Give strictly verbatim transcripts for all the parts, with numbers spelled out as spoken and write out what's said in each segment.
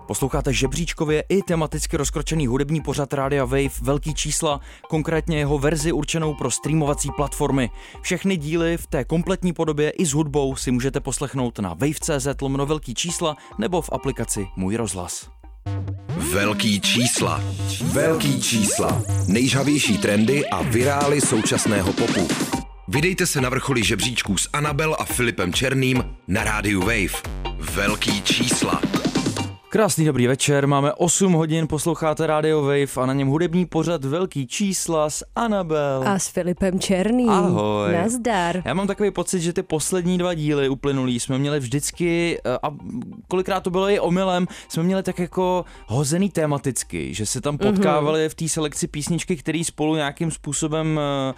Posloucháte žebříčkově i tematicky rozkročený hudební pořad Rádia Wave Velký čísla, konkrétně jeho verzi určenou pro streamovací platformy. Všechny díly v té kompletní podobě i s hudbou si můžete poslechnout na wave tečka cz lomeno velký čísla nebo v aplikaci Můj rozhlas. Velký čísla. Velký čísla. Nejžhavější trendy a virály současného popu. Vydejte se na vrcholy žebříčků s Anabel a Filipem Černým na rádiu Wave. Velký čísla. Krásný dobrý večer, máme osm hodin, posloucháte Radio Wave a na něm hudební pořad Velký čísla s Anabel. A s Filipem Černým. Ahoj. Nazdar. Já mám takový pocit, že ty poslední dva díly uplynulý jsme měli vždycky, a kolikrát to bylo i omylem, jsme měli tak jako hozený tematicky, že se tam potkávali mm-hmm. v té selekci písničky, které spolu nějakým způsobem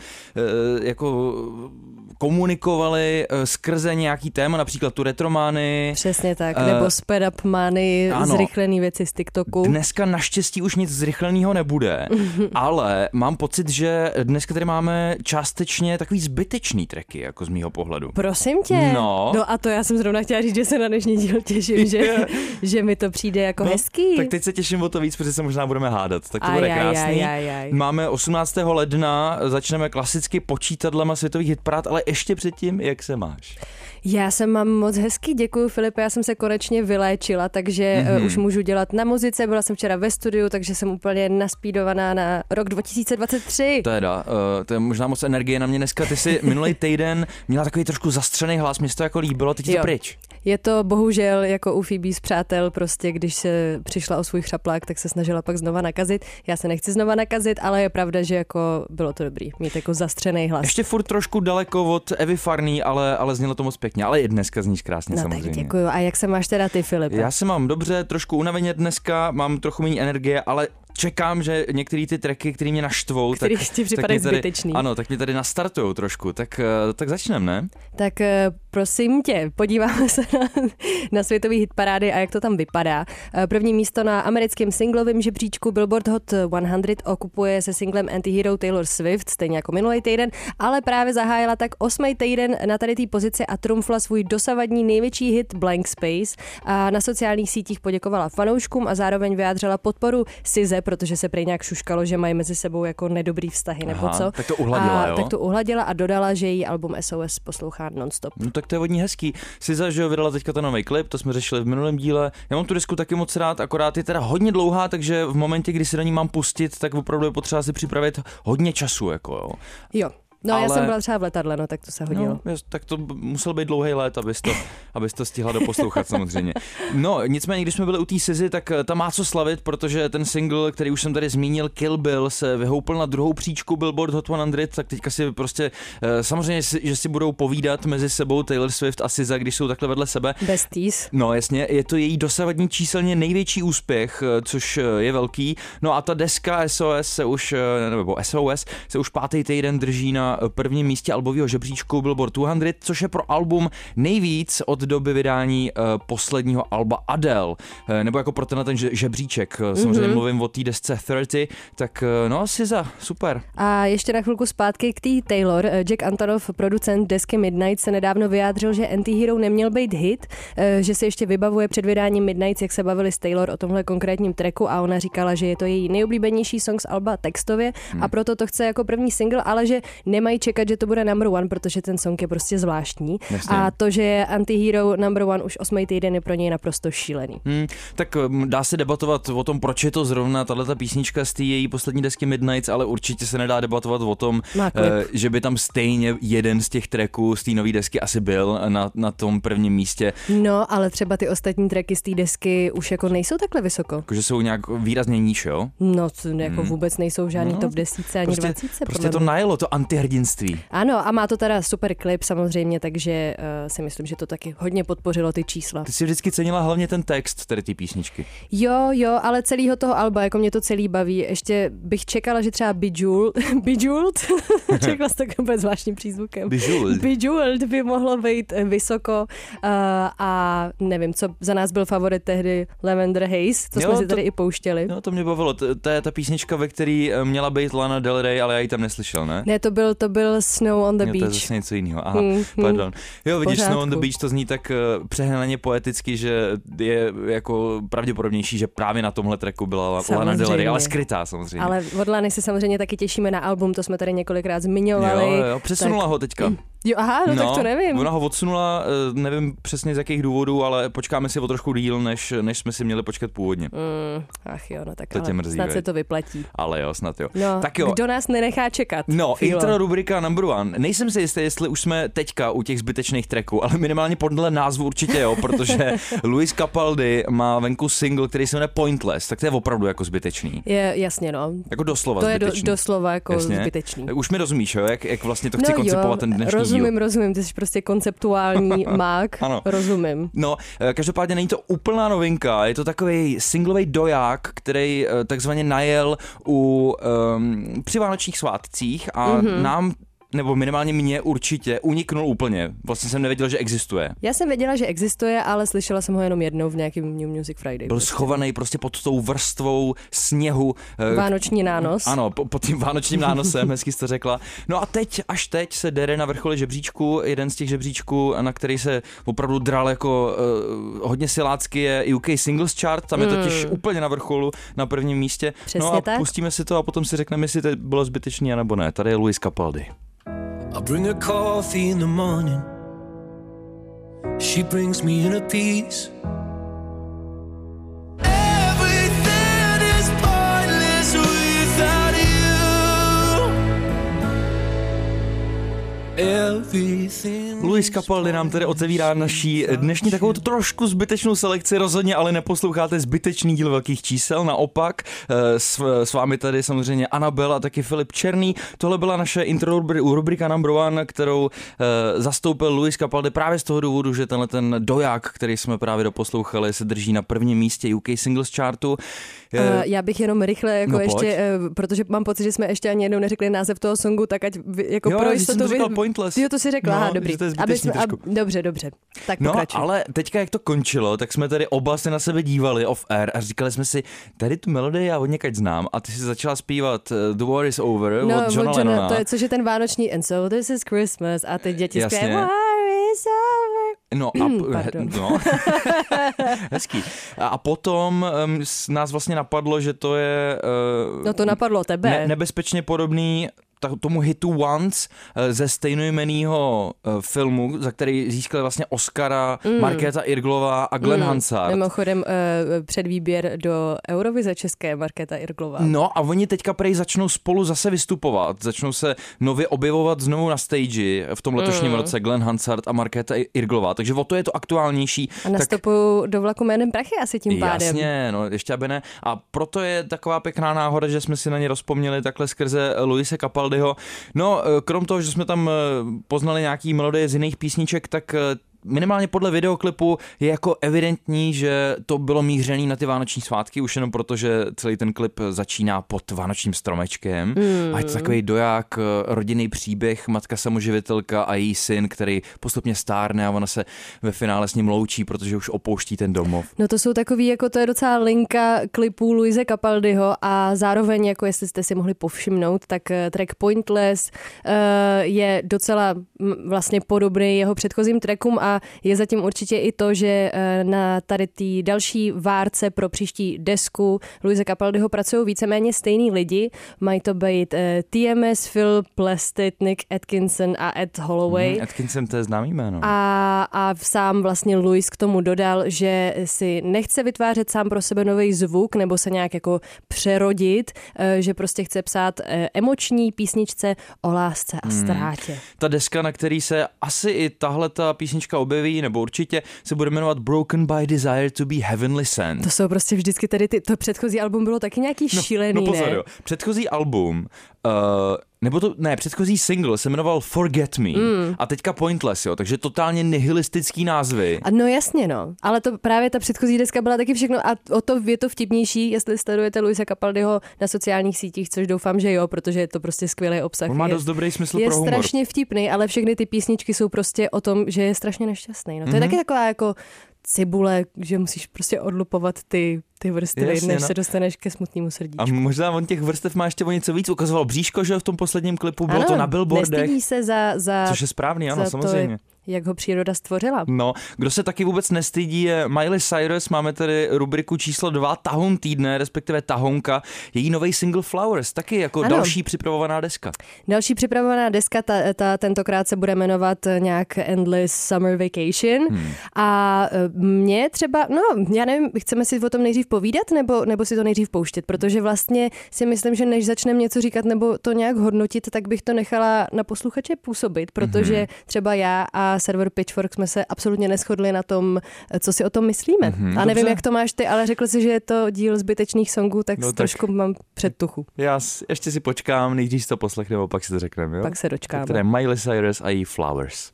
jako komunikovali skrze nějaký téma, například tu retromány. Přesně tak, uh, nebo sped up mány, zrychlený věci z TikToku. Dneska naštěstí už nic zrychleného nebude, ale mám pocit, že dneska tady máme částečně takový zbytečný tracky, jako z mýho pohledu. Prosím tě. No. No a to já jsem zrovna chtěla říct, že se na dnešní díl těším, že, že mi to přijde jako no, hezký. Tak teď se těším o to víc, protože se možná budeme hádat. Tak to aj, bude aj, krásný. Aj, aj, aj. Máme osmnáctého ledna, začneme klasicky počítadlema světových hitparád, ale ještě předtím, jak se máš? Já se mám moc hezky, děkuju Filipe, já jsem se konečně vyléčila, takže mm-hmm. už můžu dělat na muzice, byla jsem včera ve studiu, takže jsem úplně naspídovaná na rok dva tisíce dvacet tři. Teda, uh, to je možná moc energie na mě dneska, ty jsi minulý týden měla takový trošku zastřený hlas, mě to jako líbilo, teď je to pryč. Je to bohužel jako u Phoebe z Přátel, prostě když se přišla o svůj chřaplák, tak se snažila pak znova nakazit. Já se nechci znova nakazit, ale je pravda, že jako bylo to dobrý, mít jako zastřený hlas. Ještě furt trošku daleko od Evy Farný, ale, ale znělo to moc pěkně, ale i dneska zníš krásně no, samozřejmě. Tak děkuju. A jak se máš teda ty, Filipe? Já se mám dobře, trošku unaveně dneska, mám trochu méně energie, ale čekám, že některé ty tracky, které mě naštvou, který tak, ti připadají zbytečný. Ano, tak mě tady nastartujou trošku, tak, tak začneme, ne? Tak prosím tě, podíváme se na, na světový hitparády a jak to tam vypadá. První místo na americkém singlovém žebříčku Billboard Hot sto okupuje se singlem Antihero Taylor Swift, stejně jako minulý týden, ale právě zahájila tak osmý týden na tady té pozici a trumfla svůj dosavadní největší hit Blank Space. A na sociálních sítích poděkovala fanouškům a zároveň vyjádřila podporu S Z A, protože se prej nějak šuškalo, že mají mezi sebou jako nedobrý vztahy nebo Aha, co. Tak to uhladila, a, jo? Tak to uhladila a dodala, že její album S O S poslouchá non-stop. No tak to je hodně hezký. S Z A, že jo, vydala teďka ten nový klip, to jsme řešili v minulém díle. Já mám tu disku taky moc rád, akorát je teda hodně dlouhá, takže v momentě, kdy si do ní mám pustit, tak opravdu je potřeba si připravit hodně času, jako jo. Jo. No, ale... já jsem byla třeba v letadle, no, tak to se hodilo. No, tak to musel být dlouhý let, abys to, abys to stihla doposlouchat samozřejmě. No, nicméně, když jsme byli u té S Z A, tak ta má co slavit, protože ten single, který už jsem tady zmínil, Kill Bill, se vyhoupil na druhou příčku Billboard Hot sto, tak teďka si prostě, samozřejmě, že si budou povídat mezi sebou Taylor Swift a S Z A, když jsou takhle vedle sebe. Besties. No, jasně, je to její dosavadní číselně největší úspěch, což je velký. No a ta deska S O S se už, nebo S O S se už pátý týden drží na prvním místě albového žebříčku Billboard dvě stě, což je pro album nejvíc od doby vydání uh, posledního alba Adele, uh, nebo jako pro tenhle ten žebříček, mm-hmm. samozřejmě mluvím o té desce třicet, tak uh, no, S Z A, super. A ještě na chvilku zpátky k té Taylor. Jack Antonoff, producent desky Midnight, se nedávno vyjádřil, že Antihero neměl být hit, uh, že se ještě vybavuje před vydáním Midnight, jak se bavili s Taylor o tomhle konkrétním tracku a ona říkala, že je to její nejoblíbenější song z alba textově hmm. a proto to chce jako první single, ale že nemají čekat, že to bude number one, protože ten song je prostě zvláštní. Jasně. A to, že je Antihero number one už osmý týden, je pro něj naprosto šílený. Hmm, tak dá se debatovat o tom, proč je to zrovna tahleta písnička z té její poslední desky Midnights, ale určitě se nedá debatovat o tom, eh, že by tam stejně jeden z těch tracků z té nové desky asi byl na, na tom prvním místě. No, ale třeba ty ostatní tracky z té desky už jako nejsou takhle vysoko. Jakože jsou nějak výrazně níž, jo? No, jako hmm. vůbec nejsou žádný no, top desítce ani prostě, dvacítce. Prostě to najelo, to antihrdinství. Ano, a má to teda super klip samozřejmě, takže uh, si myslím, že to taky hodně podpořilo ty čísla. Ty si vždycky cenila hlavně ten text tady ty písničky. Jo, jo, ale celýho toho alba, jako mě to celý baví. Ještě bych čekala, že třeba Bejeweled, Bejeweled? Řekla jsi takovým úplně zvláštním přízvukem. Bejeweled. Bejeweled by mohlo být vysoko uh, a nevím, co za nás byl favorit tehdy Lavender Haze, to jo, jsme si tady to, i pouštěli. No, to mě bavilo. To je ta písnička, ve který měla být Lana Del Rey, ale já ji tam neslyšel, ne? Ne, to byl to byl Snow on the jo, Beach. To je zase něco jiného, aha, hmm, pardon. Jo, vidíš, pořádku. Snow on the Beach, to zní tak uh, přehnaně poeticky, že je jako pravděpodobnější, že právě na tomhle tracku byla Lana Del Rey, ale skrytá samozřejmě. Ale od Lany se samozřejmě taky těšíme na album, to jsme tady několikrát zmiňovali. Jo, jo, přesunula tak... ho teďka. Jo, aha, no, no tak to nevím. Ona ho odsunula, nevím přesně z jakých důvodů, ale počkáme si o trošku díl, než, než jsme si měli počkat původně. Mm, ach jo, no tak to ale mrzí, snad veď. se to vyplatí. Ale jo, snad jo. No, tak jo. Kdo nás nenechá čekat? No, Filo. intro rubrika number one. Nejsem si jistý, jestli už jsme teďka u těch zbytečných tracků, ale minimálně podle názvu určitě jo, protože Lewis Capaldi má venku single, který se jmenuje Pointless, tak to je opravdu jako zbytečný. Je, jasně no. Jako doslova to zbytečný. To je do, doslova jako Jasně. zbytečný. Už mi rozumíš, jo, jak, jak vlastně to chci no koncipovat jo, ten dnešní rozumím, díl. rozumím, ty jsi prostě konceptuální mák, ano. rozumím. No, každopádně není to úplná novinka, je to takový singlový doják, který takzvaně najel u um, při vánočních svátcích a mm-hmm. nám nebo minimálně mě určitě uniknul úplně. Vlastně jsem nevěděl, že existuje. Já jsem věděla, že existuje, ale slyšela jsem ho jenom jednou v nějakém New Music Friday. Byl prostě. schovaný prostě pod tou vrstvou sněhu. Vánoční nános. Ano, pod tím vánočním nánosem, hezky jsi to řekla. No a teď, až teď se dere na vrchole žebříčku, jeden z těch žebříčků, na který se opravdu dral jako uh, hodně silácky, je U K Singles Chart, tam je mm. totiž úplně na vrcholu, na prvním místě. Přesně no a tak. pustíme si to a potom si řekneme, jestli to bylo zbytečný nebo ne. Tady je Lewis Capaldi. I bring her coffee in the morning. She brings me in a piece. Everything is pointless without you. Everything. Lewis Capaldi nám tedy otevírá naší dnešní takovou trošku zbytečnou selekci, rozhodně ale neposloucháte zbytečný díl velkých čísel, naopak s, s vámi tady samozřejmě Anabel a taky Filip Černý. Tohle byla naše intro rubrika number one, kterou uh, zastoupil Lewis Capaldi právě z toho důvodu, že tenhle ten doják, který jsme právě doposlouchali, se drží na prvním místě U K Singles Chartu. Uh, já bych jenom rychle, jako no, ještě, uh, protože mám pocit, že jsme ještě ani jednou neřekli název toho songu, tak ať vy, jako jo, pro jistotu... Jo, vy... Pointless. Jo, to si řekla, no, aha, dobrý. Aby jsme, a, dobře, dobře, tak no, pokračuj. ale teďka, jak to končilo, tak jsme tady oba se na sebe dívali off-air a říkali jsme si, tady tu melodii já hodněkať znám a ty si začala zpívat uh, The War is Over no, od Johna od Lennona. To je, což je ten vánoční And so this is Christmas a ty děti zpívají War is over. No a no. Hezký. A potom um, nás vlastně napadlo, že to je uh, no to napadlo tebe. Ne, nebezpečně podobný tomu hitu Once ze stejnojmenného filmu, za který získali vlastně Oscara mm. Markéta Irglová a Glenn mm. Hansard. Mimochodem uh, předvýběr do Eurovize české Markéta Irglová. No a oni teďka prej začnou spolu zase vystupovat, začnou se nově objevovat znovu na stage v tom letošním mm. roce Glenn Hansard a Markéta Irglová, takže o to je to aktuálnější. A nastupují tak... do vlaku jménem Prachy asi tím pádem. Jasně, no ještě aby ne. A proto je taková pěkná náhoda, že jsme si na ně rozpomněli takhle skrze Lewise Capaldiho. No, krom toho, že jsme tam poznali nějaký melodie z jiných písniček, tak minimálně podle videoklipu je jako evidentní, že to bylo mířený na ty vánoční svátky, už jenom proto, že celý ten klip začíná pod vánočním stromečkem. Mm. A je to takový doják, rodinný příběh, matka samoživitelka a její syn, který postupně stárne a ona se ve finále s ním loučí, protože už opouští ten domov. No to jsou takový, jako to je docela linka klipů Lewise Capaldiho a zároveň, jako jestli jste si mohli povšimnout, tak track Pointless uh, je docela vlastně podobný jeho předchozím trackům a je zatím určitě i to, že na tady té další várce pro příští desku Lewise Capaldiho pracují víceméně stejný lidi. Mají to být T M S, Phil Plested, Nick Atkinson a Ed Holloway. Mm, Atkinson, to je známý jméno. A, a sám vlastně Lewis k tomu dodal, že si nechce vytvářet sám pro sebe nový zvuk nebo se nějak jako přerodit, že prostě chce psát emoční písničce o lásce a ztrátě. Mm. Ta deska, na který se asi i tahle ta písnička objeví, nebo určitě se bude jmenovat Broken by Desire to be Heavenly Sent. To jsou prostě vždycky tady ty, to předchozí album bylo taky nějaký no, šílený, no pozor, ne? Jo. Předchozí album, uh, nebo to, ne, předchozí single se jmenoval Forget Me mm. a teďka Pointless, jo, takže totálně nihilistický názvy. A no jasně, no, ale to právě ta předchozí deska byla taky všechno a o to je to vtipnější, jestli sledujete Lewise Capaldiho na sociálních sítích, což doufám, že jo, protože je to prostě skvělý obsah. On má je, dost dobrý smysl je pro humor. Je strašně vtipný, ale všechny ty písničky jsou prostě o tom, že je strašně nešťastný. No to mm-hmm. je taky taková jako cibule, že musíš prostě odlupovat ty, ty vrstvy, Jasně, než no. se dostaneš ke smutnému srdíčku. A možná on těch vrstev má ještě o něco víc. Ukazoval bříško, že v tom posledním klipu, bylo ano, to na billboardech. Nestydí se za, za, což je správný, ano, za samozřejmě. To, jak ho příroda stvořila. No, kdo se taky vůbec nestydí je Miley Cyrus, máme tady rubriku číslo dva, tahoun týdne, respektive tahounka, její nový single Flowers, taky jako ano. další připravovaná deska. Další připravovaná deska, ta, ta tentokrát se bude jmenovat nějak Endless Summer Vacation hmm. a mě třeba, no já nevím, chceme si o tom nejdřív povídat nebo, nebo si to nejdřív pouštět, protože vlastně si myslím, že než začneme něco říkat nebo to nějak hodnotit, tak bych to nechala na posluchače působit, protože hmm. třeba já a server Pitchfork jsme se absolutně neshodli na tom, co si o tom myslíme. Mm-hmm, a nevím, dobře. Jak to máš ty, ale řekl jsi, že je to díl zbytečných songů, tak no, trošku tak mám předtuchu. Já ještě si počkám, nejdřív si to poslechneme, a pak si to řekneme, jo? Pak se dočkáme. Které Miley Cyrus a její Flowers.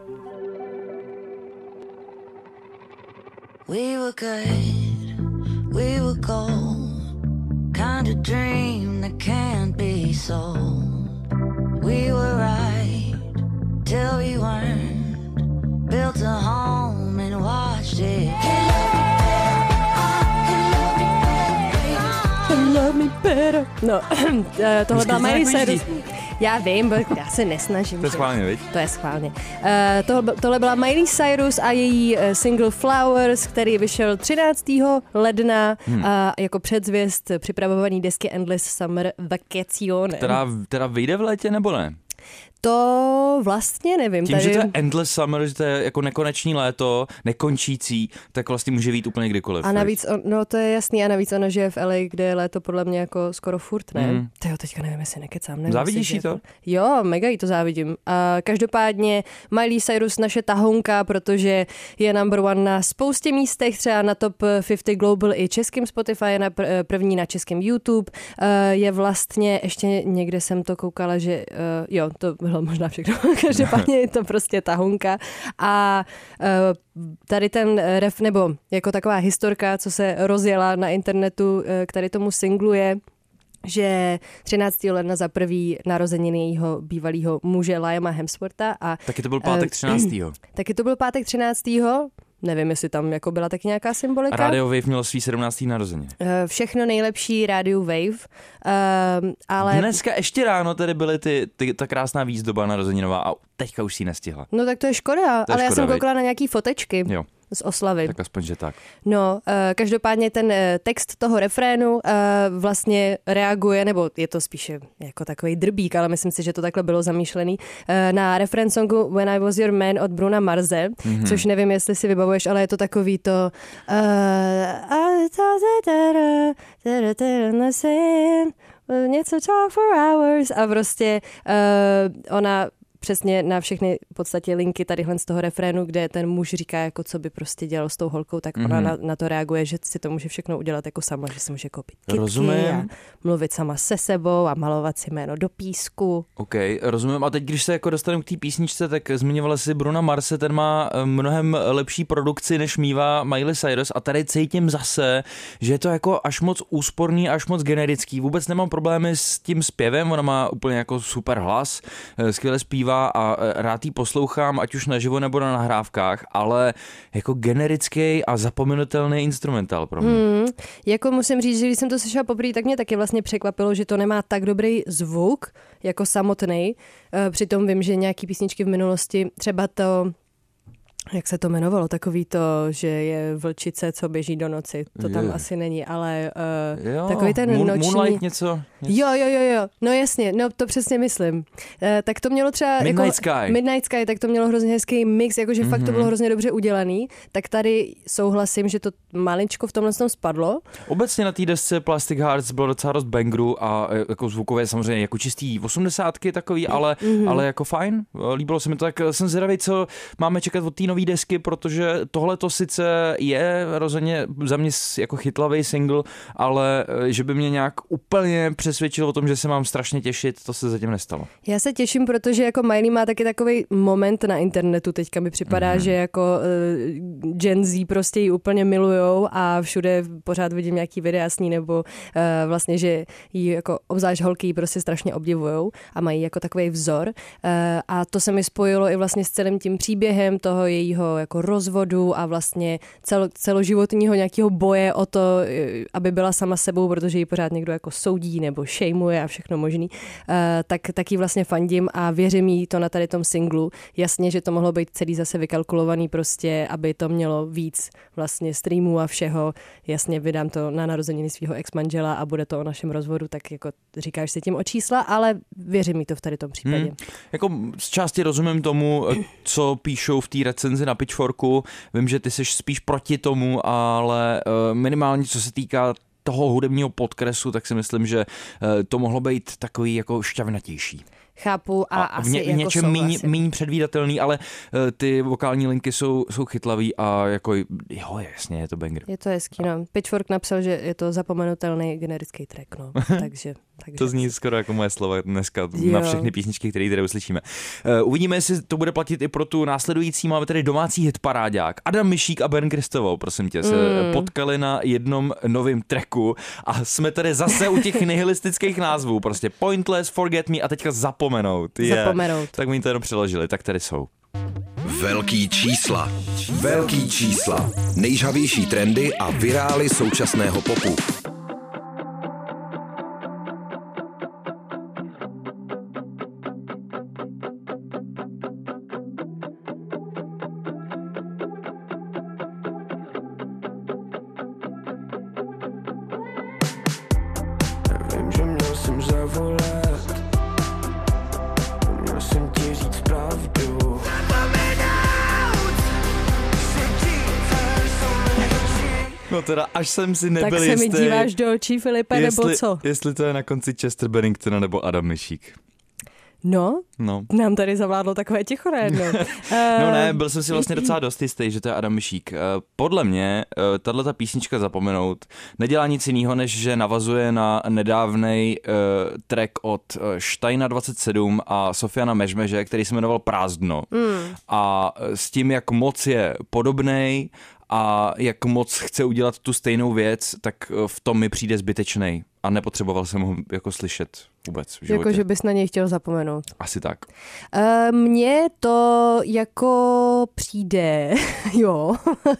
We were good, we were gold, kind of dream that can't be sold. We were right till we weren't. Built a home and watched it. Can love me better. No, tohle byla Miley Cyrus. Já vím, já se nesnažím. To je schválně, viď? To je schválně. Uh, tohle, tohle byla Miley Cyrus a její uh, single Flowers, který vyšel třináctého ledna hmm. uh, jako předzvěst připravovaný desky Endless Summer Vacation. Která, která vyjde v létě nebo ne? To vlastně nevím. Tím, tady... že to je endless summer, že to je jako nekonečný léto, nekončící, tak vlastně může být úplně kdykoliv. A navíc, on, no to je jasný, a navíc ona žije v L A, kde je léto podle mě jako skoro furt, ne? Mm. Tyjo, teďka nevím, jestli nekecám. Nevím, závidíš jí to? to? Jo, mega jí to závidím. A každopádně Miley Cyrus naše tahounka, protože je number one na spoustě místech, třeba na top padesát Global i českým Spotify, je na pr- první na českém YouTube. Je vlastně, ještě někde jsem to koukala, že jo, to bylo možná všechno. Každopádně je to prostě tahunka. A tady ten ref, nebo jako taková historka, co se rozjela na internetu k tady tomu singlu je, že třináctého ledna za prvý narozeniny jejího bývalého muže Liama Hemswortha. A, taky to byl pátek třináctého. Taky to byl pátek třináctého. Nevím, jestli tam jako byla taky nějaká symbolika. A Radio Wave mělo svý sedmnáctého narozeniny. Všechno nejlepší Radio Wave. Uh, ale... Dneska ještě ráno tady byly ty, ty, ta krásná výzdoba narozeninová a teďka už si ji nestihla. No tak to je škoda, to je ale škoda, já jsem koukala na nějaký fotečky. Jo. Z oslavy. Tak aspoň, že tak. No, uh, každopádně ten uh, text toho refrénu uh, vlastně reaguje, nebo je to spíše jako takový drbík, ale myslím si, že to takhle bylo zamýšlený, uh, na refrén songu When I Was Your Man od Bruna Marze, mm-hmm. což nevím, jestli si vybavuješ, ale je to takový to uh, něco talk for hours a prostě uh, ona přesně na všechny v podstatě linky tadyhle z toho refrénu, kde ten muž říká, jako co by prostě dělal s tou holkou, tak mm-hmm. ona na, na to reaguje, že si to může všechno udělat jako sama, že si může koupit kytky a mluvit sama se sebou a malovat si jméno do písku. OK, rozumím. A teď, když se jako dostaneme k té písničce, tak zmiňovala si Bruna Marse, ten má mnohem lepší produkci, než mívá Miley Cyrus a tady cítím zase, že je to jako až moc úsporný, až moc generický. Vůbec nemám problémy s tím zpěvem, ona má úplně jako super hlas, skvěle zpívá a rád jí poslouchám, ať už naživo nebo na nahrávkách, ale jako generický a zapomenutelný instrumentál pro mě. Hmm, jako musím říct, že když jsem to slyšela poprvé, tak mě taky vlastně překvapilo, že to nemá tak dobrý zvuk jako samotný. Přitom vím, že nějaký písničky v minulosti, třeba to, jak se to jmenovalo, takový to, že je vlčice, co běží do noci. To tam je. Asi není, ale uh, jo, takový ten moon, noční... Moonlight něco, něco? Jo, jo, jo, jo. No jasně, no to přesně myslím. Uh, tak to mělo třeba... Midnight jako, Sky. Midnight Sky, tak to mělo hrozně hezký mix, jakože mm-hmm. fakt to bylo hrozně dobře udělaný. Tak tady souhlasím, že to malinčko v tomhle tom spadlo. Obecně na té desce Plastic Hearts bylo docela dost bangerů a jako zvukové samozřejmě jako čistý osmdesátky takový, ale, mm-hmm. ale jako fajn. Líbilo se mi to, tak jsem zvědavý, co máme čekat od té nové desky, protože tohle to sice je rozhodně za mě jako chytlavý single, ale že by mě nějak úplně přesvědčil o tom, že se mám strašně těšit, to se zatím nestalo. Já se těším, protože jako Miley má taky takový moment na internetu, teďka mi připadá, mm-hmm. že jako uh, Gen Z prostě ji úplně milujou a všude pořád vidím nějaký videa s ní, nebo uh, vlastně, že ji jako obzvlášť holky ji prostě strašně obdivujou a mají jako takový vzor uh, a to se mi spojilo i vlastně s celým tím příběhem toho jejího jejího jako rozvodu a vlastně cel, celoživotního nějakého boje o to, aby byla sama sebou, protože ji pořád někdo jako soudí nebo šejmuje a všechno možný, uh, tak, tak jí vlastně fandím a věřím jí to na tady tom singlu. Jasně, že to mohlo být celý zase vykalkulovaný prostě, aby to mělo víc vlastně streamů a všeho. Jasně, vydám to na narozeniny svého ex-manžela a bude to o našem rozvodu, tak jako říkáš si tím o čísla, ale věřím jí to v tady tom případě. Hmm. Jako z části rozumím tomu, co píšou v té recenzi na Pitchforku. Vím, že ty jsi spíš proti tomu, ale minimálně co se týká toho hudebního podkresu, tak si myslím, že to mohlo být takový jako šťavnatější. Chápu a, a asi ně, jako něčem míň, míň předvídatelný, ale uh, ty vokální linky jsou, jsou chytlavý a jako jo, jasně, je to banger. Je to hezký, no. Pitchfork napsal, že je to zapomenutelný generický track, no. takže, takže... To zní skoro jako moje slova dneska jo. na všechny písničky, které tady uslyšíme. Uh, uvidíme, jestli to bude platit i pro tu následující, máme tady domácí hitparáďák. Adam Mišík a Ben Kristovou, prosím tě, se mm. potkali na jednom novém tracku a jsme tady zase u těch nihilistických názvů, prostě Pointless, Forget Me a teďka Zapomenout. Yeah. Zapomenout. Tak mi to jenom přeložili, tak tady jsou. Velký čísla. Velký čísla. Nejžhavější trendy a virály současného popu. Vím, že měl jsem zavolat, měl jsem ti říct pravdu. No teda, až jsem si nebyl jistý. Tak se mi díváš do očí, Filipe, jestli, nebo co? Jestli to je na konci Chester Benningtona nebo Adam Mišík. No, no, nám tady zavládlo takové ticho najednou. No ne, byl jsem si vlastně docela dost jistý, že to je Adam Mišík. Podle mě tato písnička Zapomenout nedělá nic jiného, než že navazuje na nedávnej uh, track od Steina dvacet sedm a Sofiana Mežmeže, který se jmenoval Prázdno. Mm. A s tím, jak moc je podobnej a jak moc chce udělat tu stejnou věc, tak v tom mi přijde zbytečnej. A nepotřeboval jsem ho jako slyšet vůbec v životě. Jako, že bys na něj chtěl zapomenout. Asi tak. Uh, mně to jako přijde, jo,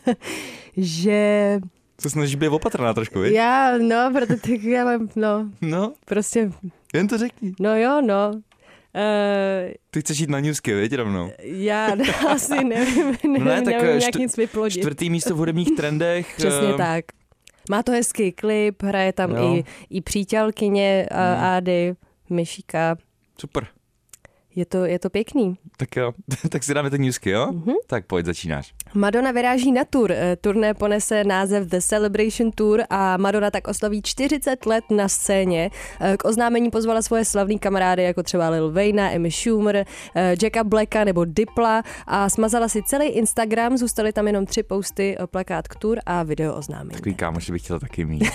že... Se snažíš být opatrná trošku, víš? Já, no, protože já mám, no. No? Prostě... Jen to řekni. No jo, no. Uh, Ty chceš jít na newsky, viď, rovnou? Já asi nevím, nevím, no ne, tak nevím čtr- jak nic vyplodit. Čtvrtý místo v hudebních trendech. Přesně uh... tak. Má to hezký klip, hraje tam i, i přítelkyně uh, hmm. Ády, Mišíka. Super. Je to, je to pěkný. Tak jo, tak si dáme ty newsky, jo? Mm-hmm. Tak pojď, začínáš. Madonna vyráží na tour. Turné ponese název The Celebration Tour a Madonna tak oslaví čtyřicet let na scéně. K oznámení pozvala svoje slavný kamarády, jako třeba Lil Wayna, Amy Schumer, Jacka Blacka nebo Dipla a smazala si celý Instagram, zůstaly tam jenom tři posty, plakát k tour a video oznámení. Takový kámoš bych chtěl taky mít.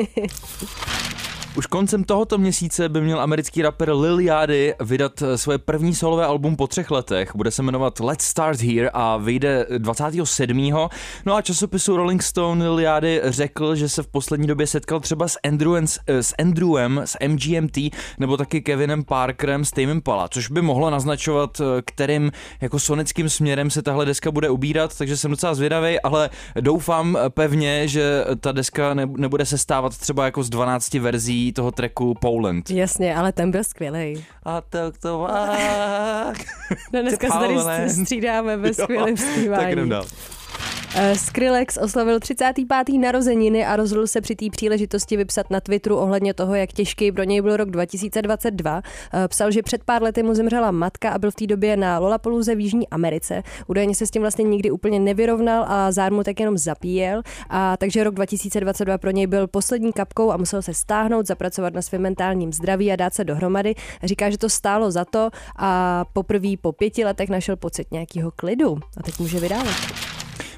Už koncem tohoto měsíce by měl americký rapper Lil Yachty vydat svoje první solové album po třech letech. Bude se jmenovat Let's Start Here a vyjde dvacátého sedmého No a časopisu Rolling Stone Lil Yachty řekl, že se v poslední době setkal třeba s Andrewem, s Andrewem, s M G M T nebo taky Kevinem Parkerem z Tame Impala, což by mohlo naznačovat, kterým jako sonickým směrem se tahle deska bude ubírat, takže jsem docela zvědavý, ale doufám pevně, že ta deska nebude sestávat třeba jako z dvanácti verzí toho tracku Poland. Jasně, ale ten byl skvělej. A tak to vák. No dneska se tady střídáme ve skvělém zpívání. Tak jdem dál. Skrillex oslavil třicáté páté narozeniny a rozhodl se při té příležitosti vypsat na Twitteru ohledně toho, jak těžký pro něj byl rok dva tisíce dvacet dva. Psal, že před pár lety mu zemřela matka a byl v té době na Lollapalooze v Jižní Americe. Údajně se s tím vlastně nikdy úplně nevyrovnal a zármu tak jenom zapíjel. A takže rok dva tisíce dvacet dva pro něj byl poslední kapkou a musel se stáhnout, zapracovat na svém mentálním zdraví a dát se dohromady. Říká, že to stálo za to a poprvé po pěti letech našel pocit nějakého klidu a teď může vydávat.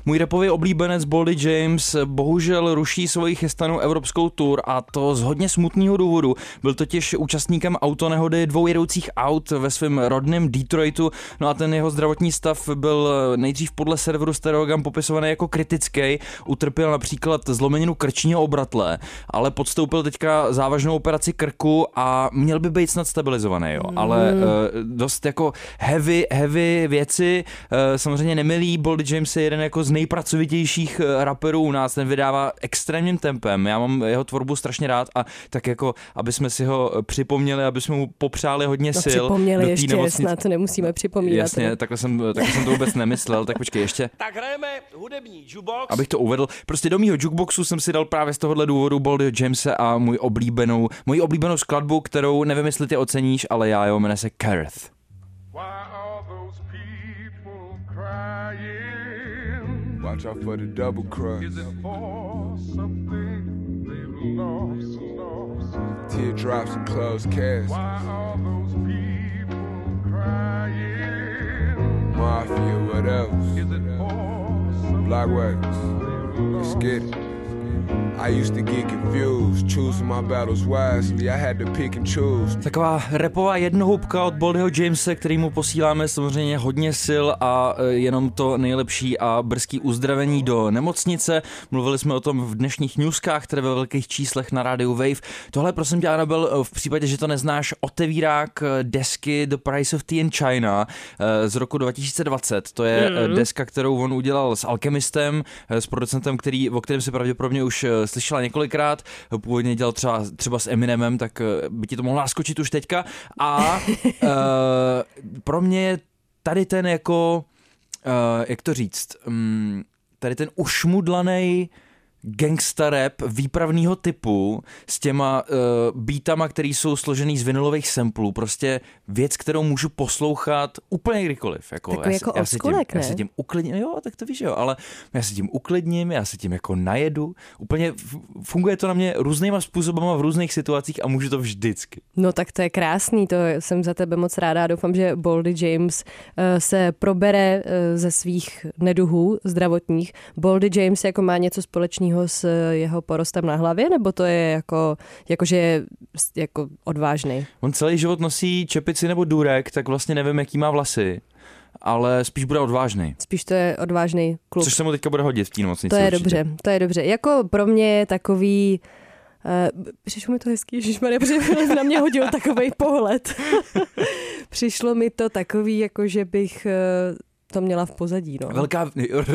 Můj rapový oblíbenec Boldy James bohužel ruší svoji chystanou evropskou tour a to z hodně smutného důvodu. Byl totiž účastníkem autonehody dvou jedoucích aut ve svém rodném Detroitu, no a ten jeho zdravotní stav byl nejdřív podle serveru Stereogam popisovaný jako kritický. Utrpěl například zlomeninu krčního obratle, ale podstoupil teďka závažnou operaci krku a měl by být snad stabilizovaný, jo. Mm. Ale uh, dost jako heavy, heavy věci. Uh, samozřejmě nemilý. Boldy James je jeden jako z nejpracovitějších raperů u nás, ten vydává extrémním tempem. Já mám jeho tvorbu strašně rád a tak jako, aby jsme si ho připomněli, aby jsme mu popřáli hodně no, sil. Připomněli ještě, nemocnic... snad to nemusíme připomínat. Jasně, takhle jsem, takhle jsem to vůbec nemyslel, tak počkej ještě. Tak hrajeme hudební jukebox. Abych to uvedl, prostě do mýho jukeboxu jsem si dal právě z tohohle důvodu Boldyho Jamese a můj oblíbenou, moji oblíbenou skladbu, kterou nevím, jestli ty oceníš, ale já jo, jmenuje se Kareth. Watch out for the double cross. Is it for something they've lost, lost? Teardrops and closed casts. Why are those people crying? Mafia, what else? Is it for something? Black Wax. Let's get it. I used to get confused, choosing my battles wisely. I had to pick and choose. Taková rapová jednohubka od Boldyho Jamese, kterýmu posíláme samozřejmě hodně sil a jenom to nejlepší a brzký uzdravení do nemocnice. Mluvili jsme o tom v dnešních newskách, které ve velkých číslech na rádiu Wave. Tohle, prosím tě, Anabel, v případě, že to neznáš, otevírák desky The Price of Tea in China z roku dva tisíce dvacet. To je mm. deska, kterou on udělal s Alchemistem, s producentem, který, o kterém si pravděpodobně už slyšela několikrát, původně dělal třeba, třeba s Eminemem, tak by ti to mohlo naskočit už teďka. A uh, pro mě je tady ten jako, uh, jak to říct, um, tady ten ušmudlanej gangsta rap výpravného typu s těma uh, beatama, který jsou složený z vinylových samplů. Prostě věc, kterou můžu poslouchat úplně kdykoliv. Jako, Takový já, jako já, si tím, oskulek, já si tím uklidním, jo, tak to víš, jo, ale já si tím uklidním, já si tím jako najedu. Úplně funguje to na mě různýma způsobama v různých situacích a můžu to vždycky. No tak to je krásný, to jsem za tebe moc ráda. Doufám, že Boldy James uh, se probere uh, ze svých neduhů zdravotních. Boldy James jako má něco společného s jeho porostem na hlavě, nebo to je jako, jako že je jako odvážný? On celý život nosí čepici nebo důrek, tak vlastně nevím, jaký má vlasy, ale spíš bude odvážný. Spíš to je odvážný kluk. Což se mu teďka bude hodit v té nemocnici. To je určitě. dobře, to je dobře. Jako pro mě je takový Uh, přišlo mi to hezký, ježišmarja, protože na mě hodil takovej pohled. Přišlo mi to takový, jako že bych uh, to měla v pozadí, no. Velká...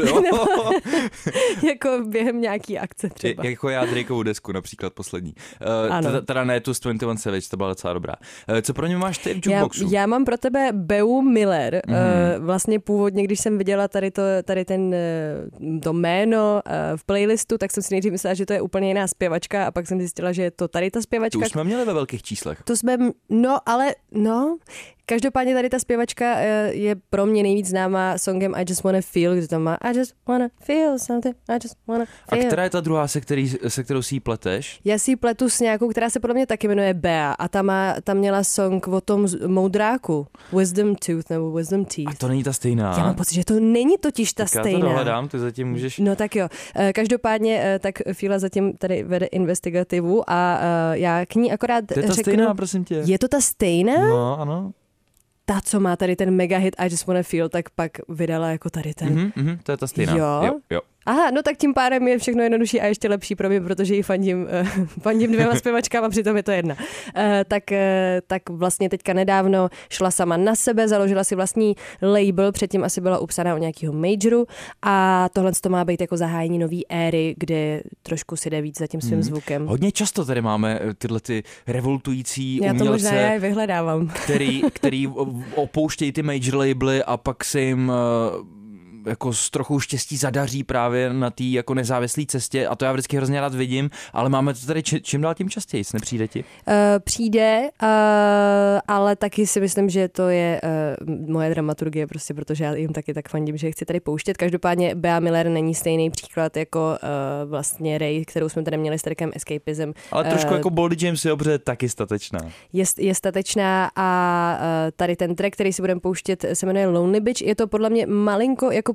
jako během nějaký akce třeba. Je, jako já Drakeovu desku například poslední. Uh, teda, teda ne tu z dvacet jedna Savage, to byla docela dobrá. Uh, co pro ně máš ty v jukeboxu? Já, já mám pro tebe Beu Miller. Mm-hmm. Uh, vlastně původně, když jsem viděla tady, to, tady ten, to jméno uh, v playlistu, tak jsem si nejdřív myslela, že to je úplně jiná zpěvačka a pak jsem zjistila, že je to tady ta zpěvačka. To už jsme měli ve velkých číslech. To jsme, no ale, no... Každopádně tady ta zpěvačka je pro mě nejvíc známá songem I Just Wanna Feel, kde tam má I just wanna feel something, I just wanna feel. A která je ta druhá, se, který, se kterou si ji pleteš? Já si ji pletu s nějakou, která se podle mě taky jmenuje Bea a ta, má, ta měla song o tom moudráku, Wisdom Tooth nebo Wisdom Teeth. A to není ta stejná? Já mám pocit, že to není totiž ta tak stejná. Já to dohledám, ty zatím můžeš... No tak jo. Každopádně tak Fila zatím tady vede investigativu a já k ní akorát to je ta řeknu... stejná, prosím tě. Je to ta stejná? No, ano. Ta, co má tady ten mega hit I Just Wanna Feel, tak pak vydala jako tady ten. Mm-hmm, mm-hmm, to je ta stejná. Jo? jo, jo. Aha, no tak tím pádem je všechno jednodušší a ještě lepší pro mě, protože ji fandím, uh, fandím dvěma zpěvačkám a přitom je to jedna. Uh, tak, uh, tak vlastně teďka nedávno šla sama na sebe, založila si vlastní label, předtím asi byla upsaná u nějakého majoru a tohle to má být jako zahájení nový éry, kde trošku si jde víc za tím svým hmm. zvukem. Hodně často tady máme tyhle ty revoltující já umělce, to možná já je vyhledávám. který, který opouštějí ty major labely a pak se jim uh, jako s trochou štěstí zadaří právě na té jako nezávislé cestě a to já vždycky hrozně rád vidím, ale máme to tady či, čím dál tím častěji, nepřijde ti? Uh, přijde, uh, ale taky si myslím, že to je uh, moje dramaturgie prostě, protože já jim taky tak fandím, že je chci tady pouštět. Každopádně Bea Miller není stejný příklad jako uh, vlastně Ray, kterou jsme tady měli s trackem Escapism. Ale trošku uh, jako Boldy James je dobře taky statečná. Je, je statečná a uh, tady ten track, který si budeme pouštět, se jmenuje Lonely Bitch. Je to podle mě malinko jako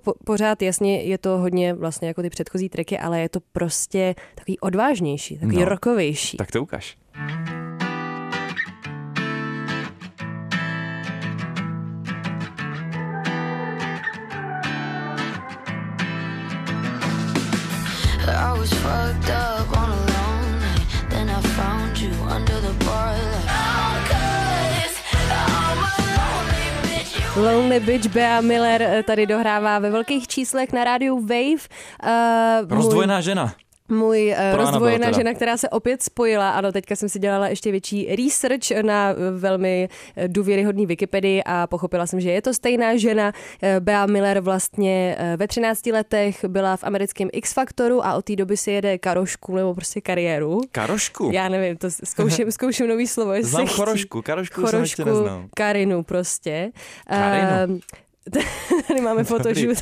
po, pořád jasně je to hodně vlastně jako ty předchozí tracky, ale je to prostě takový odvážnější, takový no, rockovější. Tak to ukaž. I was fucked up on a long night, then I found you under the bar like, oh, 'cause I'm a lonely bitch. Lonely Bitch Bea Miller tady dohrává ve velkých číslech na rádiu Wave. Uh, Rozdvojená můj... žena. Můj uh, rozdvojená žena, která se opět spojila. Ano, teďka jsem si dělala ještě větší research na velmi důvěryhodný Wikipedii a pochopila jsem, že je to stejná žena. Bea Miller vlastně ve třinácti letech byla v americkém X-Faktoru a od té doby si jede karošku nebo prostě kariéru. Karošku? Já nevím, to zkouším, zkouším nový slovo. Znám chorošku, karošku chorošku, jsem ještě neznal. Karinu prostě. Karinu. Uh, Tady máme fotožut.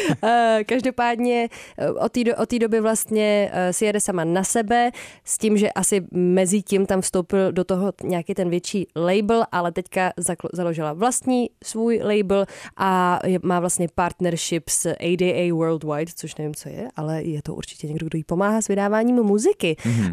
Každopádně od té do, od té doby vlastně si jede sama na sebe s tím, že asi mezi tím tam vstoupil do toho nějaký ten větší label, ale teďka založila vlastní svůj label a má vlastně partnership s A D A Worldwide, což nevím, co je, ale je to určitě někdo, kdo jí pomáhá s vydáváním muziky. Mm-hmm.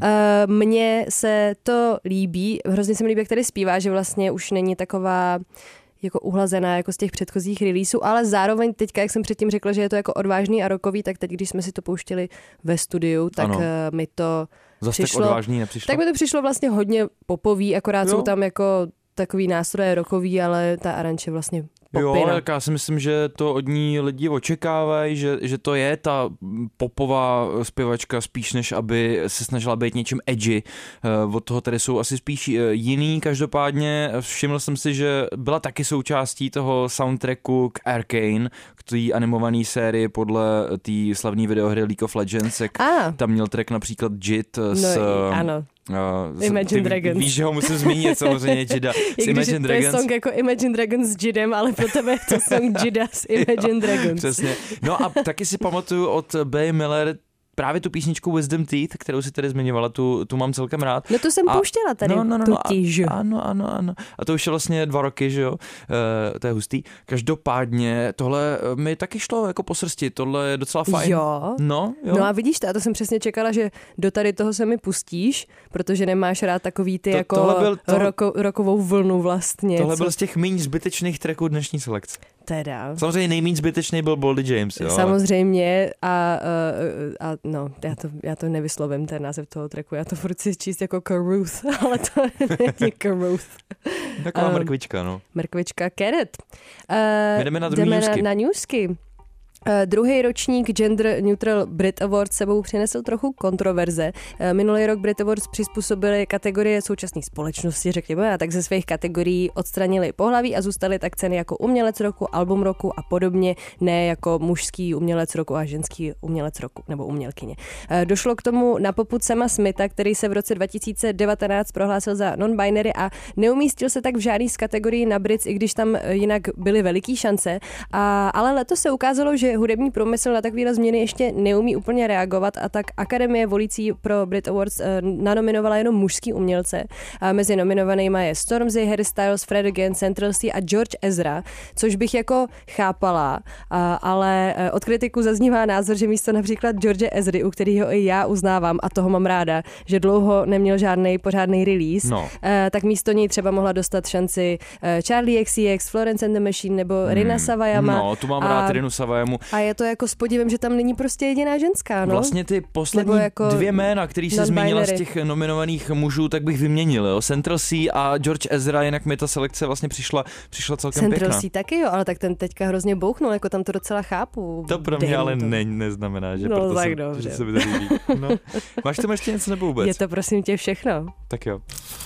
Mně se to líbí, hrozně se mi líbí, jak tady zpívá, že vlastně už není taková jako uhlazená jako z těch předchozích releaseů, ale zároveň teďka, jak jsem předtím řekla, že je to jako odvážný a rockový, tak teď, když jsme si to pouštěli ve studiu, tak ano. mi to Zase přišlo, tak odvážný nepřišlo. Tak mi to přišlo vlastně hodně popový, akorát jo. jsou tam jako takový nástroje rockový, ale ta aranže vlastně popina. Jo, já si myslím, že to od ní lidi očekávají, že, že to je ta popová zpěvačka spíš, než aby se snažila být něčím edgy. Od toho tady jsou asi spíš jiný. Každopádně všiml jsem si, že byla taky součástí toho soundtracku k Arcane, k té animované sérii podle té slavné videohry League of Legends. Ah. Tam měl track například Jid s... No, ano. Uh, Imagine ty Dragons. Víš, že ho musím zmínit samozřejmě Jida s Imagine to Dragons. To je song jako Imagine Dragons s Jidem, ale pro tebe je to song Jida s Imagine Dragons. Přesně. No a taky si pamatuju od Bea Miller právě tu písničku Wisdom Teeth, kterou si tady zmiňovala, tu, tu mám celkem rád. No to jsem a, pouštěla tady, no, no, no, totiž. A, ano, ano, ano. A to už je vlastně dva roky, že jo, e, to je hustý. Každopádně tohle mi taky šlo jako po srsti, tohle je docela fajn. Jo. No, jo. No a vidíš to, a to jsem přesně čekala, že do tady toho se mi pustíš, protože nemáš rád takový ty to, jako byl, to, roko, rokovou vlnu vlastně. Tohle co? byl z těch méně zbytečných tracků dnešní selekce. Teda. Samozřejmě nejméně zbytečný byl Boldy James, jo. Samozřejmě a, a, a no, já to, já to nevyslovím, ten název toho tracku, já to furt si číst jako Caruth, ale to není Caruth. Taková um, mrkvička, no. Mrkvička Carrot. Uh, My jdeme na druhý jdeme newsky. Na, na newsky. Uh, druhý ročník Gender Neutral Brit Awards sebou přinesl trochu kontroverze. Uh, minulý rok Brit Awards přizpůsobili kategorie současné společnosti, řekněme, a tak ze svých kategorií odstranili pohlaví a zůstaly tak ceny jako umělec roku, album roku a podobně, ne jako mužský umělec roku a ženský umělec roku nebo umělkyně. Uh, došlo k tomu na popud Sama Smitha, který se v roce dva tisíce devatenáct prohlásil za non-binary a neumístil se tak v žádný z kategorií na Brits, i když tam jinak byly veliký šance. A, ale letos se ukázalo, že hudební průmysl na takovýhle změny ještě neumí úplně reagovat a tak Akademie volící pro Brit Awards nanominovala jenom mužský umělce. A mezi nominovanýma je Stormzy, Harry Styles, Fred Again, Central C a George Ezra, což bych jako chápala, a, ale od kritiků zaznívá názor, že místo například George Ezry, u kterého i já uznávám a toho mám ráda, že dlouho neměl žádný pořádný release, no. tak místo něj třeba mohla dostat šanci Charlie X C X, Florence and the Machine nebo hmm. Rina Sawayama. No, tu mám a... rád Rinu Savayamu. A je to jako s podívem, že tam není prostě jediná ženská, no? Vlastně ty poslední jako dvě jména, který jsi zmínila z těch nominovaných mužů, tak bych vyměnil, jo. Central C a George Ezra, jinak mi ta selekce vlastně přišla, přišla celkem Central pěkná. C taky jo, ale tak ten teďka hrozně bouchnul, jako tam to docela chápu. To pro mě ale ne, neznamená, že no, proto tak jsem, dobře. že se mi to líbí. No. Máš tam ještě něco nebo vůbec? Je to prosím tě všechno. Tak jo.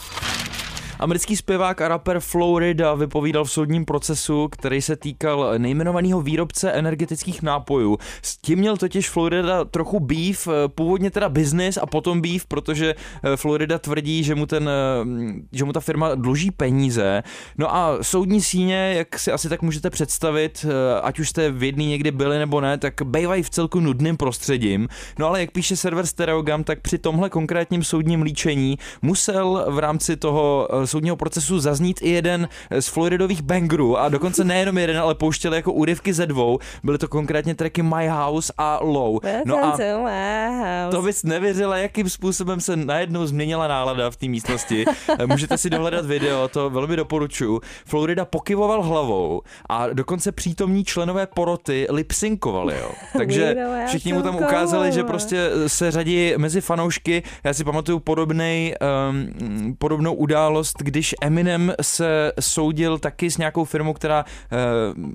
Americký zpěvák a rapper Flo Rida vypovídal v soudním procesu, který se týkal nejmenovaného výrobce energetických nápojů. S tím měl totiž Flo Rida trochu beef, původně teda business a potom beef, protože Flo Rida tvrdí, že mu, ten, že mu ta firma dluží peníze. No a soudní síně, jak si asi tak můžete představit, ať už jste v jedný někdy byli nebo ne, tak bývají v celku nudným prostředím. No ale jak píše server Stereogam, tak při tomhle konkrétním soudním líčení musel v rámci toho soudního procesu zaznít i jeden z Floridových bangerů a dokonce nejenom jeden, ale pouštěli jako úryvky ze dvou. Byly to konkrétně tracky My House a Low. No a to bys nevěřila, jakým způsobem se najednou změnila nálada v té místnosti. Můžete si dohledat video, to velmi doporučuji. Florida pokyvoval hlavou a dokonce přítomní členové poroty lipsynkovali, jo. Takže všichni mu tam ukázali, že prostě se řadí mezi fanoušky. Já si pamatuju podobnej, um, podobnou událost, když Eminem se soudil taky s nějakou firmou, která uh,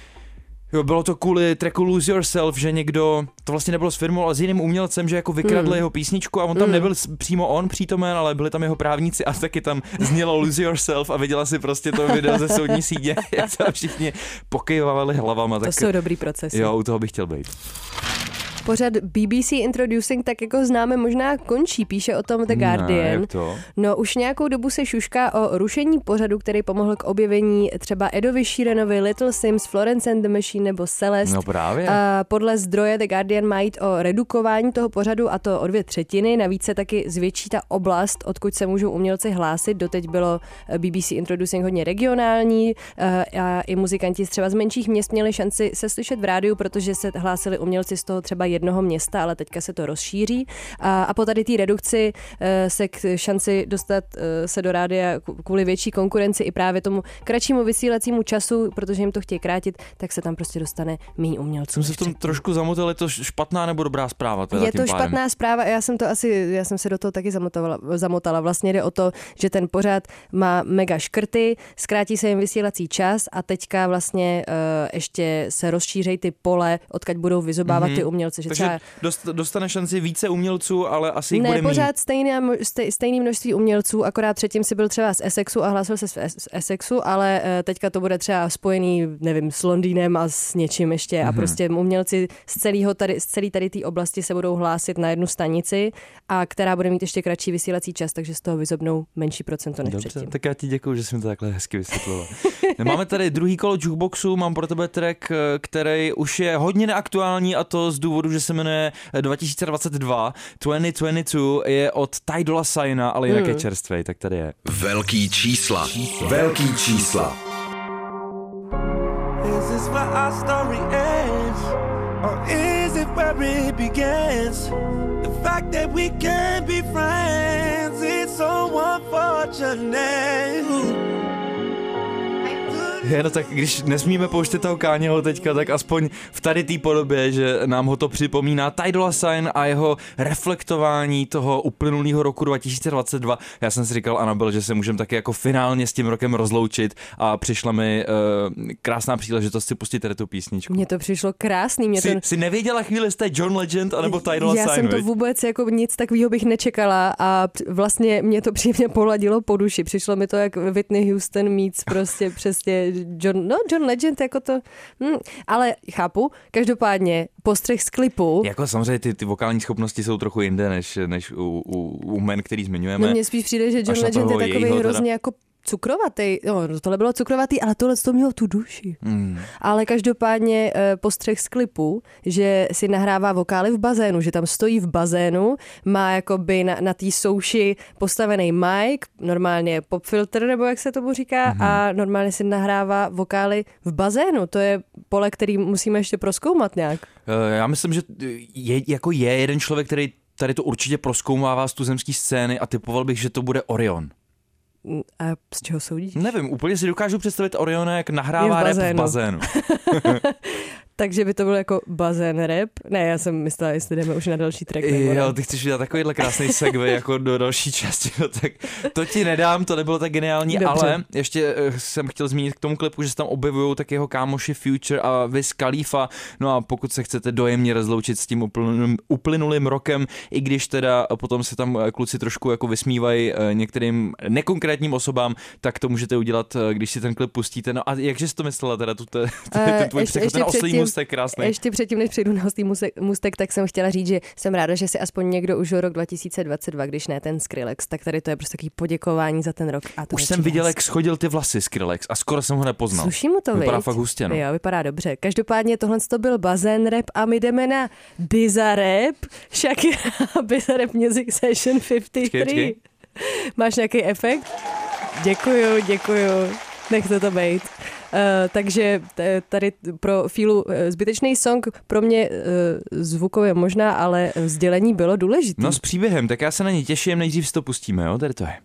jo, bylo to kvůli tracku Lose Yourself, že někdo, to vlastně nebylo s firmou, ale s jiným umělcem, že jako vykradli mm. jeho písničku a on tam mm. nebyl přímo on přítomen, ale byli tam jeho právníci a taky tam znělo Lose Yourself a viděla si prostě to video ze soudní sítě, jak tam všichni pokejvávali hlavama. To tak, jsou dobrý procesy. Jo, u toho bych chtěl být. Pořad B B C Introducing, tak jako známe, možná končí, píše o tom The Guardian. Ne, jak to? No už nějakou dobu se šušká o rušení pořadu, který pomohl k objevení třeba Edovi Sheeranovi, Little Sims, Florence and the Machine nebo Celeste. No právě. A podle zdroje The Guardian má jít o redukování toho pořadu a to o dvě třetiny. Navíc se taky zvětší ta oblast, odkud se můžou umělci hlásit. Doteď bylo B B C Introducing hodně regionální a i muzikanti třeba z menších měst měli šanci se slyšet v rádiu, protože se hlásili umělci z toho třeba jednoho města, ale teďka se to rozšíří. A, a po tady té redukci e, se k šanci dostat e, se do rádia kvůli větší konkurenci i právě tomu kratšímu vysílacímu času, protože jim to chtějí krátit, tak se tam prostě dostane méně umělců. Jsem se v tom trošku zamotal, je to špatná nebo dobrá zpráva? Teda je to špatná pádem. zpráva, já jsem to asi, já jsem se do toho taky zamotala, zamotala. Vlastně jde o to, že ten pořad má mega škrty, zkrátí se jim vysílací čas a teďka vlastně e, ještě se rozšířejí ty pole, odkud budou vyzobávat mm-hmm. ty umělci. Že Takže třeba dostane šanci více umělců, ale asi jich ne, bude Ne, pořád stejné, stejné množství umělců, akorát předtím si byl třeba z Essexu a hlásil se z Essexu, ale teďka to bude třeba spojený, nevím, s Londýnem a s něčím ještě mm-hmm. a prostě umělci z celého tady, z celé tady té oblasti se budou hlásit na jednu stanici, a která bude mít ještě kratší vysílací čas, takže z toho vyzobnou menší procento než Dobře, předtím. Tak já ti děkuju, že jsi mi to takhle hezky vysvětlila. Máme tady druhý kolo jukeboxu, mám pro tebe track, který už je hodně neaktuální a to z důvodu, že se jmenuje dva tisíce dvacet dva, dvacet dvacet dva, je od Ty Dolla Signa, ale jinak hmm. je čerstvej, tak tady je. Velký čísla. Velký čísla. Is this where our story ends? Or is it where it begins? The fact that we can be friends, it's so unfortunate. Je, no tak když nesmíme pouštět toho Kanyeho teďka, tak aspoň v tady té podobě, že nám ho to připomíná Ty Dolla Sign a jeho reflektování toho uplynulého roku dva tisíce dvacet dva. Já jsem si říkal, Anabel, že se můžeme taky jako finálně s tím rokem rozloučit a přišla mi uh, krásná příležitost si pustit tady tu písničku. Mně to přišlo krásný. Mě jsi, to... jsi nevěděla chvíli, jste John Legend anebo Ty Dolla Sign? Já jsem to viď? vůbec jako nic takového bych nečekala a vlastně mě to příjemně pohladilo po duši. Přišlo mi to jak Whitney Houston meets prostě přesně John, no John Legend jako to, hm, ale chápu, každopádně postřeh z klipu. Jako samozřejmě ty, ty vokální schopnosti jsou trochu jinde, než, než u, u, u men, který zmiňujeme. No mně spíš přijde, že John Legend je takový hrozně teda... jako cukrovatý, no tohle bylo cukrovatý, ale tohle to mělo tu duši. Mm. Ale každopádně e, postřeh z klipu, že si nahrává vokály v bazénu, že tam stojí v bazénu, má jakoby na, na té souši postavený mic, normálně pop filter, nebo jak se tomu říká, mm. a normálně si nahrává vokály v bazénu. To je pole, který musíme ještě prozkoumat nějak. E, já myslím, že je, jako je jeden člověk, který tady to určitě prozkoumává z tuzemské scény a typoval bych, že to bude Orion. A z čeho soudíš? Nevím, úplně si dokážu představit Oriona, jak nahrává rap v bazénu. Takže by to byl jako bazén rap? Ne, já jsem myslela, jestli jdeme už na další track. Nebo jo, ty chceš udělat takovýhle krásný segway jako do další části, no, tak to ti nedám, to nebylo tak geniální, dobře. Ale ještě jsem chtěl zmínit k tomu klipu, že se tam objevují tak jeho kámoši Future a Wiz Khalifa, no a pokud se chcete dojemně rozloučit s tím uplynulým, uplynulým rokem, i když teda potom se tam kluci trošku jako vysmívají některým nekonkrétním osobám, tak to můžete udělat, když si ten klip pustíte. No a jakže jsi to myslela teda, tu, ten, ten tvůj přechod, ten oslý můstek krásný. Ještě předtím, než přijdu na oslý můstek, tak jsem chtěla říct, že jsem ráda, že si aspoň někdo užil rok dva tisíce dvacet dva, když ne ten Skrillex, tak tady to je prostě takový poděkování za ten rok. A to už jsem viděl, jak schodil ty vlasy Skrillex a skoro jsem ho nepoznal. Sluší mu to, vypadá viď? Fakt hustě, no. Jo, vypadá dobře. Každopádně tohle to byl bazén rap a my jdeme na Bizarrap, Shakira Bizarrap Music Session padesát tři. Počkej, počkej. Máš nějaký efekt? Děkuju, děkuju. Nechte to bejt. Uh, takže tady pro Fílu uh, zbytečný song, pro mě uh, zvukově možná, ale sdělení bylo důležité. No s příběhem, tak já se na ně těším, nejdřív si to pustíme, jo, tady to je.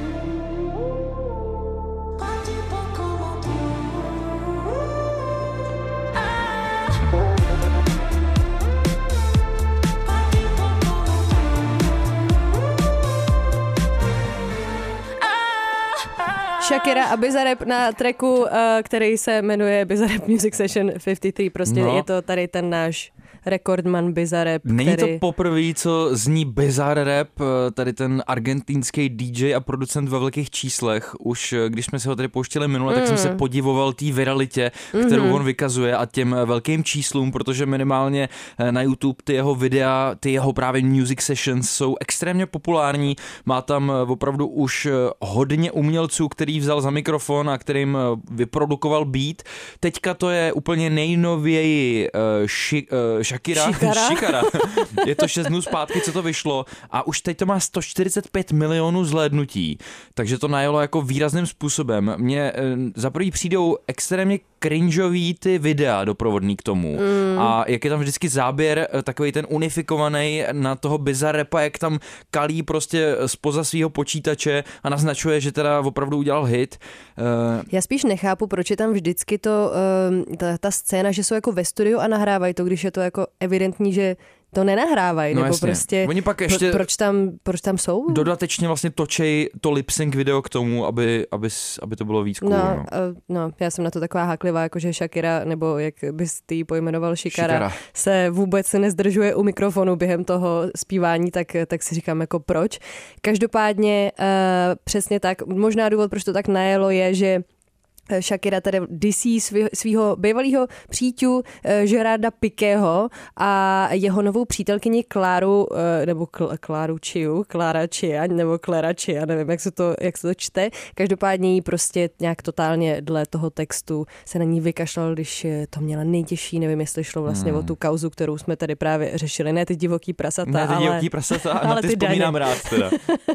Shakira a Bizarrap na tracku, který se jmenuje Bizarrap Music Session padesát tři. Prostě no. Je to tady ten náš rekordman Bizarrap. Není který... to poprvé, co zní Bizarrap, tady ten argentinský D J a producent ve velkých číslech. Už když jsme si ho tady pouštěli minule, mm. tak jsem se podivoval té viralitě, kterou mm-hmm. on vykazuje a těm velkým číslům, protože minimálně na YouTube ty jeho videa, ty jeho právě music sessions jsou extrémně populární. Má tam opravdu už hodně umělců, který vzal za mikrofon a kterým vyprodukoval beat. Teďka to je úplně nejnověji uh, ši, uh, Shakira. Shikara. Shikara. Je to šest dnů zpátky, co to vyšlo a už teď to má sto čtyřicet pět milionů zhlédnutí, takže to najelo jako výrazným způsobem. Mně za prvý přijdou extrémně cringeový ty videa doprovodný k tomu mm. a jak je tam vždycky záběr takovej ten unifikovaný na toho Bizarrapa, jak tam kalí prostě spoza svýho počítače a naznačuje, že teda opravdu udělal hit. Uh, Já spíš nechápu, proč je tam vždycky to, uh, ta, ta scéna, že jsou jako ve studiu a nahrávají to, když je to jako evidentní, že to nenahrávají, no nebo jasně. prostě Oni pak ještě pro, proč, tam, proč tam jsou? Dodatečně vlastně točej to lip-sync video k tomu, aby, aby, aby to bylo víc cool. No, no. Uh, no, já jsem na to taková háklivá, jakože Shakira, nebo jak bys ty pojmenoval Shikara, Shikara, se vůbec se nezdržuje u mikrofonu během toho zpívání, tak, tak si říkám jako proč. Každopádně uh, přesně tak, možná důvod, proč to tak najelo, je, že Shakira tady disí svého bývalého příťu Gerarda Piquého a jeho novou přítelkyni Kláru, nebo Kláru Chiu, Klára Chia, nebo Klára Chia, nevím, jak se, to, jak se to čte. Každopádně jí prostě nějak totálně dle toho textu se na ní vykašlal, když to měla nejtěžší, nevím, jestli šlo vlastně hmm. o tu kauzu, kterou jsme tady právě řešili. Ne ty divoký prasata, ne ty ale... divoký prasata, na ty vzpomínám rád teda.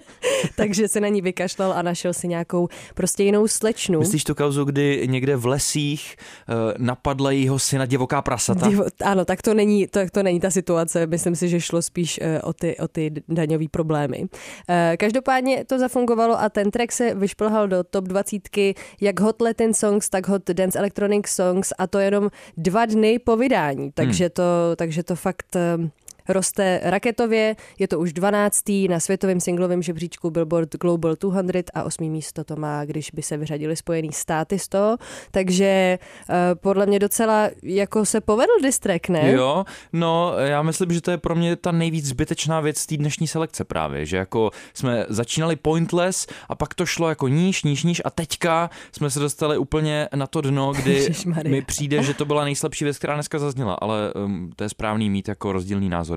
Takže se na ní vykašlal a našel si nějakou prostě jinou slečnu. Myslíš tu kauzu, kdy někde v lesích uh, napadla jeho syna divoká prasata? Divo, ano, tak to není, to, to není ta situace. Myslím si, že šlo spíš uh, o ty, o ty daňové problémy. Uh, každopádně to zafungovalo a ten track se vyšplhal do top dvacítky jak Hot Latin Songs, tak Hot Dance Electronic Songs a to jenom dva dny po vydání. Takže, hmm. to, takže to fakt... Uh, roste raketově, je to už dvanáctý na světovém singlovém žebříčku Billboard Global dvě stě a osmý místo to má, když by se vyřadili Spojený státy z toho, takže uh, podle mě docela jako se povedl diss track, ne? Jo, no já myslím, že to je pro mě ta nejvíc zbytečná věc z té dnešní selekce právě, že jako jsme začínali pointless a pak to šlo jako níž, níž, níž a teďka jsme se dostali úplně na to dno, kdy mi přijde, že to byla nejslabší věc, která dneska zazněla, ale um, to je správný mít jako rozdílný názor.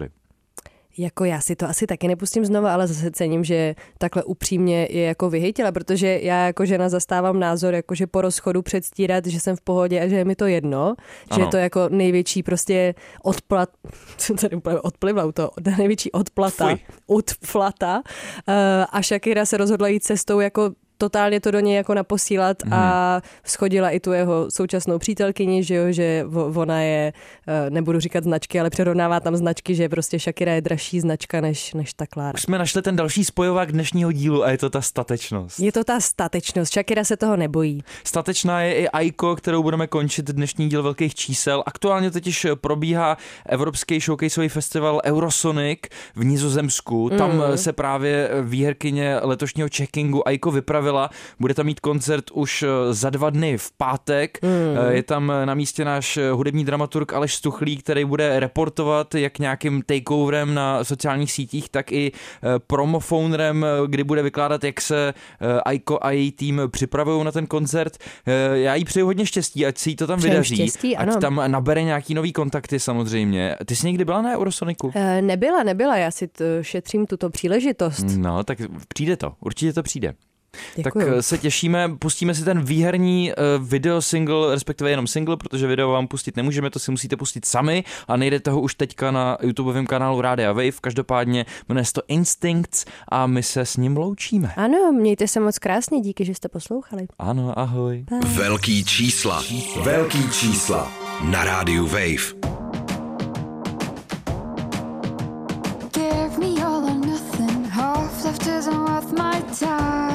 Jako já si to asi taky nepustím znova, ale zase cením, že takhle upřímně je jako vyhejtila, protože já jako žena zastávám názor, jako že po rozchodu předstírat, že jsem v pohodě a že je mi to jedno, ano. Že je to jako největší prostě odplat, co tady úplně odplivla to, největší odplata, Fuj. odplata a Shakira se rozhodla jít cestou jako totálně to do něj jako naposílat mm. a schodila i tu jeho současnou přítelkyni, že jo, že ona je, nebudu říkat značky, ale přerovnává tam značky, že prostě Shakira je dražší značka než, než ta Klára. Už jsme našli ten další spojovák dnešního dílu a je to ta statečnost. Je to ta statečnost, Shakira se toho nebojí. Statečná je i Aiko, kterou budeme končit dnešní díl velkých čísel. Aktuálně totiž probíhá evropský showcaseový festival Eurosonic v Nizozemsku. Tam mm. se právě výherkyně letošního checkingu Aiko vypravila. Bude tam mít koncert už za dva dny v pátek. Mm. Je tam na místě náš hudební dramaturg Aleš Stuchlý, který bude reportovat jak nějakým takeoverem na sociálních sítích, tak i promophonerem, kdy bude vykládat, jak se Aiko a její tým připravují na ten koncert. Já jí přeju hodně štěstí, ať si jí to tam Přeju vydaří. Štěstí, ať ano. tam nabere nějaký nový kontakty samozřejmě. Ty jsi někdy byla na Eurosonicu? E, nebyla, nebyla. Já si t- šetřím tuto příležitost. No, tak přijde to. Určitě to přijde. Děkuju. Tak se těšíme, pustíme si ten výherní uh, video single, respektive jenom single, protože video vám pustit nemůžeme, to si musíte pustit sami a najdete ho už teďka na YouTubeovém kanálu Rádia Wave, každopádně jmenuje se to Instincts a my se s ním loučíme. Ano, mějte se moc krásně, díky, že jste poslouchali. Ano, ahoj. Bye. Velký čísla. Velký čísla. Na rádiu Wave. Give me all or nothing. Half left isn't worth my time.